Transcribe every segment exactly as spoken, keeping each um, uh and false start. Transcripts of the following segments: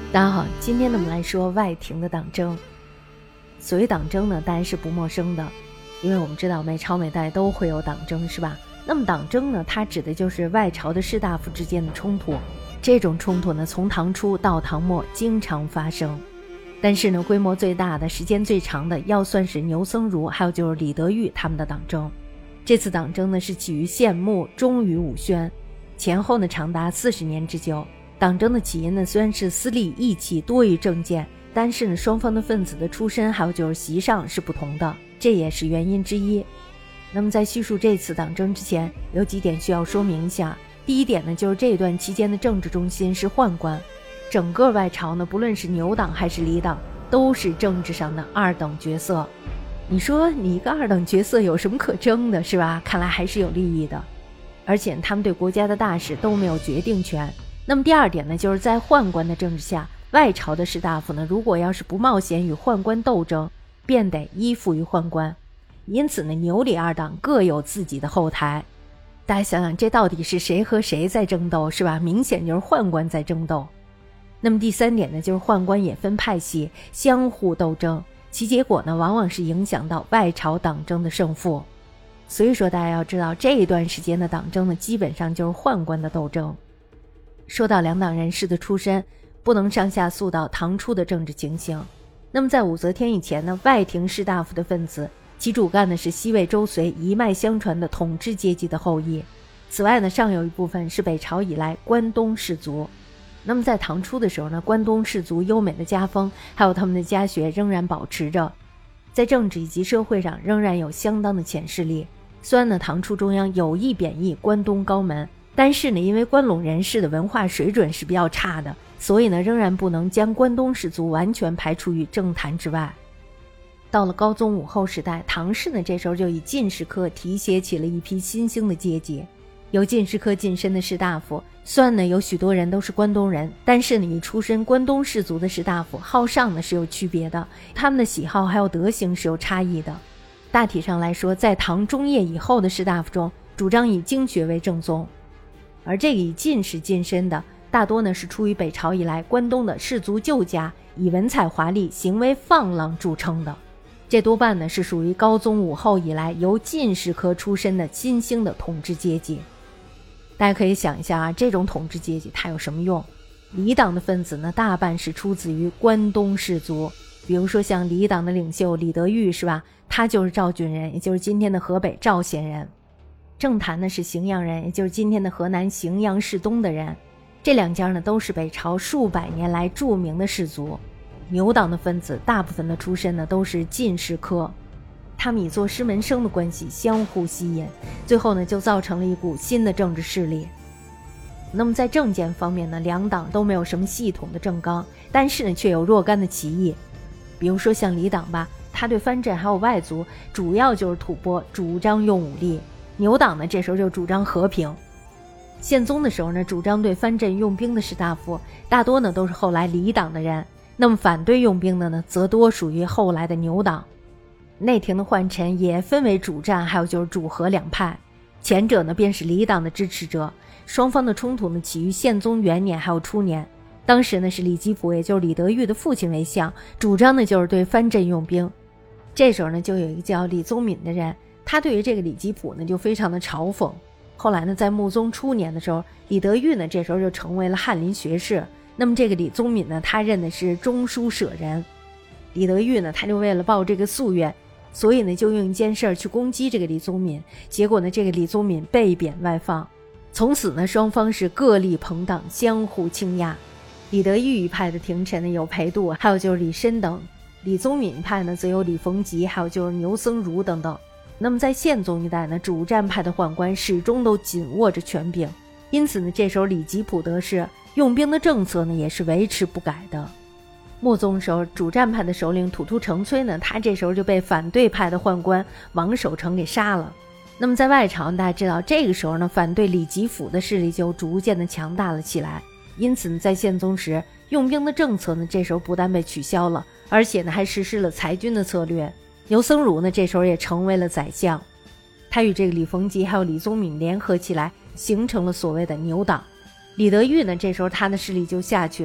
大家好，今天呢我们来说外廷的党争。所谓党争呢，大家是不陌生的，因为我们知道每朝每代都会有党争，是吧？那么党争呢，它指的就是外朝的士大夫之间的冲突。这种冲突呢，从唐初到唐末经常发生。但是呢，规模最大的、时间最长的，要算是牛僧孺，还有就是李德裕他们的党争。这次党争呢，是起于献穆，终于武宣，前后呢长达四十年之久。党争的起因呢，虽然是私利义气多于政见，但是呢，双方的分子的出身还有就是习上是不同的，这也是原因之一。那么在叙述这次党争之前，有几点需要说明一下。第一点呢，就是这段期间的政治中心是宦官，整个外朝呢，不论是牛党还是李党，都是政治上的二等角色。你说你一个二等角色有什么可争的，是吧？看来还是有利益的，而且他们对国家的大事都没有决定权。那么第二点呢，就是在宦官的政治下，外朝的士大夫呢，如果要是不冒险与宦官斗争，便得依附于宦官。因此呢，牛李二党各有自己的后台。大家想想，这到底是谁和谁在争斗，是吧？明显就是宦官在争斗。那么第三点呢，就是宦官也分派系，相互斗争，其结果呢，往往是影响到外朝党争的胜负。所以说大家要知道，这一段时间的党争呢，基本上就是宦官的斗争。说到两党人士的出身，不能上下溯到唐初的政治情形。那么在武则天以前呢，外廷士大夫的分子，其主干呢是西魏周隋一脉相传的统治阶级的后裔。此外呢，尚有一部分是北朝以来关东士族。那么在唐初的时候呢，关东士族优美的家风还有他们的家学仍然保持着，在政治以及社会上仍然有相当的潜势力。虽然呢，唐初中央有意贬义关东高门，但是呢，因为关陇人士的文化水准是比较差的，所以呢，仍然不能将关东士族完全排除于政坛之外。到了高宗武后时代，唐氏呢这时候就以进士科提携起了一批新兴的阶级。有进士科晋升的士大夫，虽然呢有许多人都是关东人，但是呢与出身关东士族的士大夫好上呢是有区别的，他们的喜好还有德行是有差异的。大体上来说，在唐中叶以后的士大夫中，主张以经学为正宗。而这个以进士晋升的，大多呢是出于北朝以来关东的士族旧家，以文采华丽、行为放浪著称的。这多半呢是属于高宗武后以来由进士科出身的新兴的统治阶级。大家可以想一下啊，这种统治阶级它有什么用？李党的分子呢，大半是出自于关东士族，比如说像李党的领袖李德裕，是吧？他就是赵郡人，也就是今天的河北赵县人。郑谭呢是荥阳人，也就是今天的河南荥阳市东的人。这两家呢都是北朝数百年来著名的士族。牛党的分子大部分的出身呢都是进士科，他们以做师门生的关系相互吸引，最后呢就造成了一股新的政治势力。那么在政见方面呢，两党都没有什么系统的政纲，但是呢却有若干的歧义。比如说像李党吧，他对藩镇还有外族主要就是吐蕃，主张用武力。牛党呢这时候就主张和平。宪宗的时候呢，主张对藩镇用兵的士大夫大多呢都是后来李党的人，那么反对用兵的呢则多属于后来的牛党。内廷的宦臣也分为主战还有就是主和两派，前者呢便是李党的支持者。双方的冲突呢起于宪宗元年还有初年，当时呢是李吉甫，也就是李德裕的父亲为相，主张呢就是对藩镇用兵。这时候呢就有一个叫李宗闵的人，他对于这个李吉甫呢就非常的嘲讽。后来呢在穆宗初年的时候，李德裕呢这时候就成为了翰林学士，那么这个李宗闵呢他任的是中书舍人。李德裕呢他就为了报这个夙愿，所以呢就用一件事去攻击这个李宗闵，结果呢这个李宗闵被贬外放。从此呢双方是各立朋党，相互倾轧。李德裕一派的廷臣呢有裴度，还有就是李申等，李宗闵一派呢则有李逢吉，还有就是牛僧孺等等。那么在宪宗一代呢，主战派的宦官始终都紧握着权柄，因此呢这时候李吉甫得势，用兵的政策呢也是维持不改的。穆宗时候，主战派的首领吐突成崔呢，他这时候就被反对派的宦官王守成给杀了。那么在外朝大家知道，这个时候呢反对李吉甫的势力就逐渐的强大了起来，因此呢在宪宗时，用兵的政策呢这时候不但被取消了，而且呢还实施了裁军的策略。牛僧孺呢这时候也成为了宰相，他与这个李逢吉还有李宗闵联合起来，形成了所谓的牛党。李德裕呢这时候他的势力就下去了，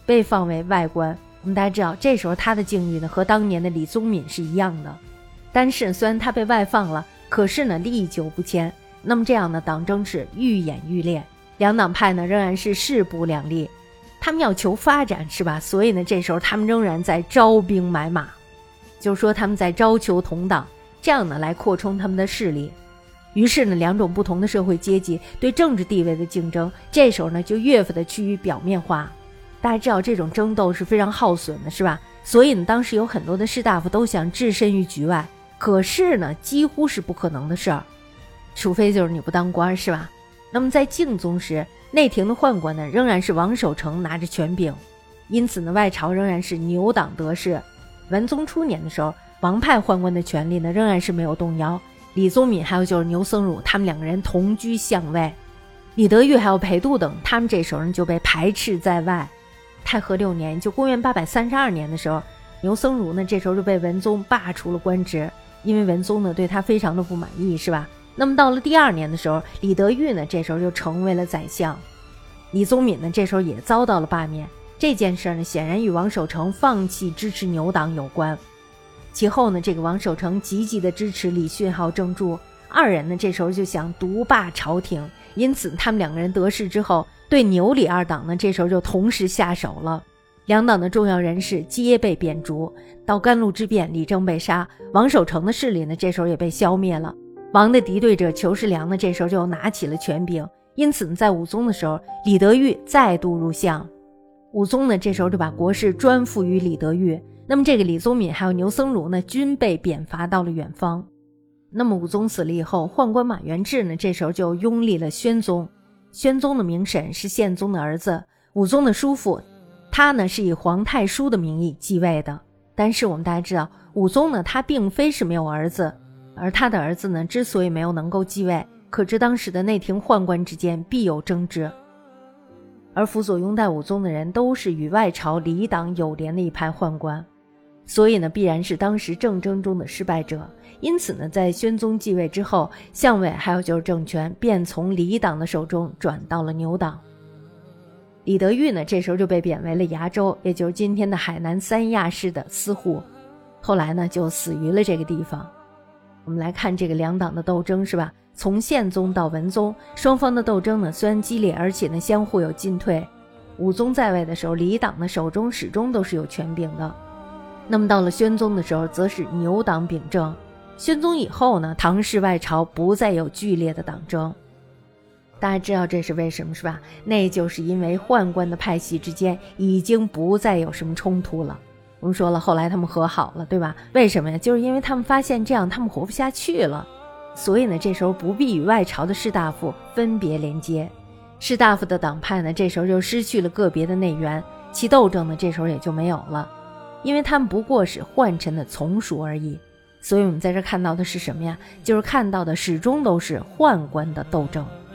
被放为外官。我们大家知道，这时候他的境遇呢和当年的李宗闵是一样的。但是虽然他被外放了，可是呢历久不迁。那么这样呢，党争是愈演愈烈，两党派呢仍然是势不两立。他们要求发展，是吧？所以呢，这时候他们仍然在招兵买马，就是说他们在招求同党，这样呢来扩充他们的势力。于是呢，两种不同的社会阶级对政治地位的竞争，这时候呢就越发的趋于表面化。大家知道这种争斗是非常耗损的，是吧？所以呢，当时有很多的士大夫都想置身于局外，可是呢，几乎是不可能的事儿，除非就是你不当官，是吧？那么在敬宗时，内廷的宦官呢仍然是王守成拿着权柄，因此呢，外朝仍然是牛党得势。文宗初年的时候，王派宦官的权力呢仍然是没有动摇。李宗闵还有就是牛僧孺，他们两个人同居相位。李德裕还有裴度等，他们这时候人就被排斥在外。太和六年，就公元八百三十二年的时候，牛僧孺呢这时候就被文宗罢除了官职，因为文宗呢对他非常的不满意，是吧？那么到了第二年的时候，李德裕呢这时候就成为了宰相。李宗闵呢这时候也遭到了罢免。这件事呢显然与王守成放弃支持牛党有关。其后呢，这个王守成积极的支持李训还有郑注，二人呢这时候就想独霸朝廷，因此他们两个人得势之后，对牛李二党呢这时候就同时下手了。两党的重要人士皆被贬逐。到甘露之变，李政被杀，王守成的势力呢这时候也被消灭了。王的敌对者裘世良呢这时候就拿起了权柄，因此呢，在武宗的时候，李德裕再度入相。武宗呢这时候就把国事专付于李德裕。那么这个李宗闵还有牛僧孺呢均被贬罚到了远方。那么武宗死了以后，宦官马元志呢这时候就拥立了宣宗。宣宗的名婶是宪宗的儿子，武宗的叔父，他呢是以皇太叔的名义继位的。但是我们大家知道，武宗呢他并非是没有儿子，而他的儿子呢之所以没有能够继位，可知当时的内廷宦官之间必有争执。而辅佐拥戴武宗的人都是与外朝李党有联的一派宦官，所以呢必然是当时政争中的失败者。因此呢，在宣宗继位之后，相位还有就是政权便从李党的手中转到了牛党。李德裕呢这时候就被贬为了崖州，也就是今天的海南三亚市的司户，后来呢就死于了这个地方。我们来看这个两党的斗争，是吧？从宪宗到文宗，双方的斗争呢虽然激烈，而且呢相互有进退。武宗在位的时候，李党的手中始终都是有权柄的。那么到了宣宗的时候，则是牛党秉政。宣宗以后呢，唐氏外朝不再有剧烈的党争。大家知道这是为什么，是吧？那就是因为宦官的派系之间已经不再有什么冲突了。我们说了，后来他们和好了，对吧？为什么呀？就是因为他们发现这样他们活不下去了，所以呢，这时候不必与外朝的士大夫分别连接。士大夫的党派呢，这时候就失去了个别的内援，其斗争呢，这时候也就没有了，因为他们不过是宦臣的从属而已。所以我们在这看到的是什么呀？就是看到的始终都是宦官的斗争。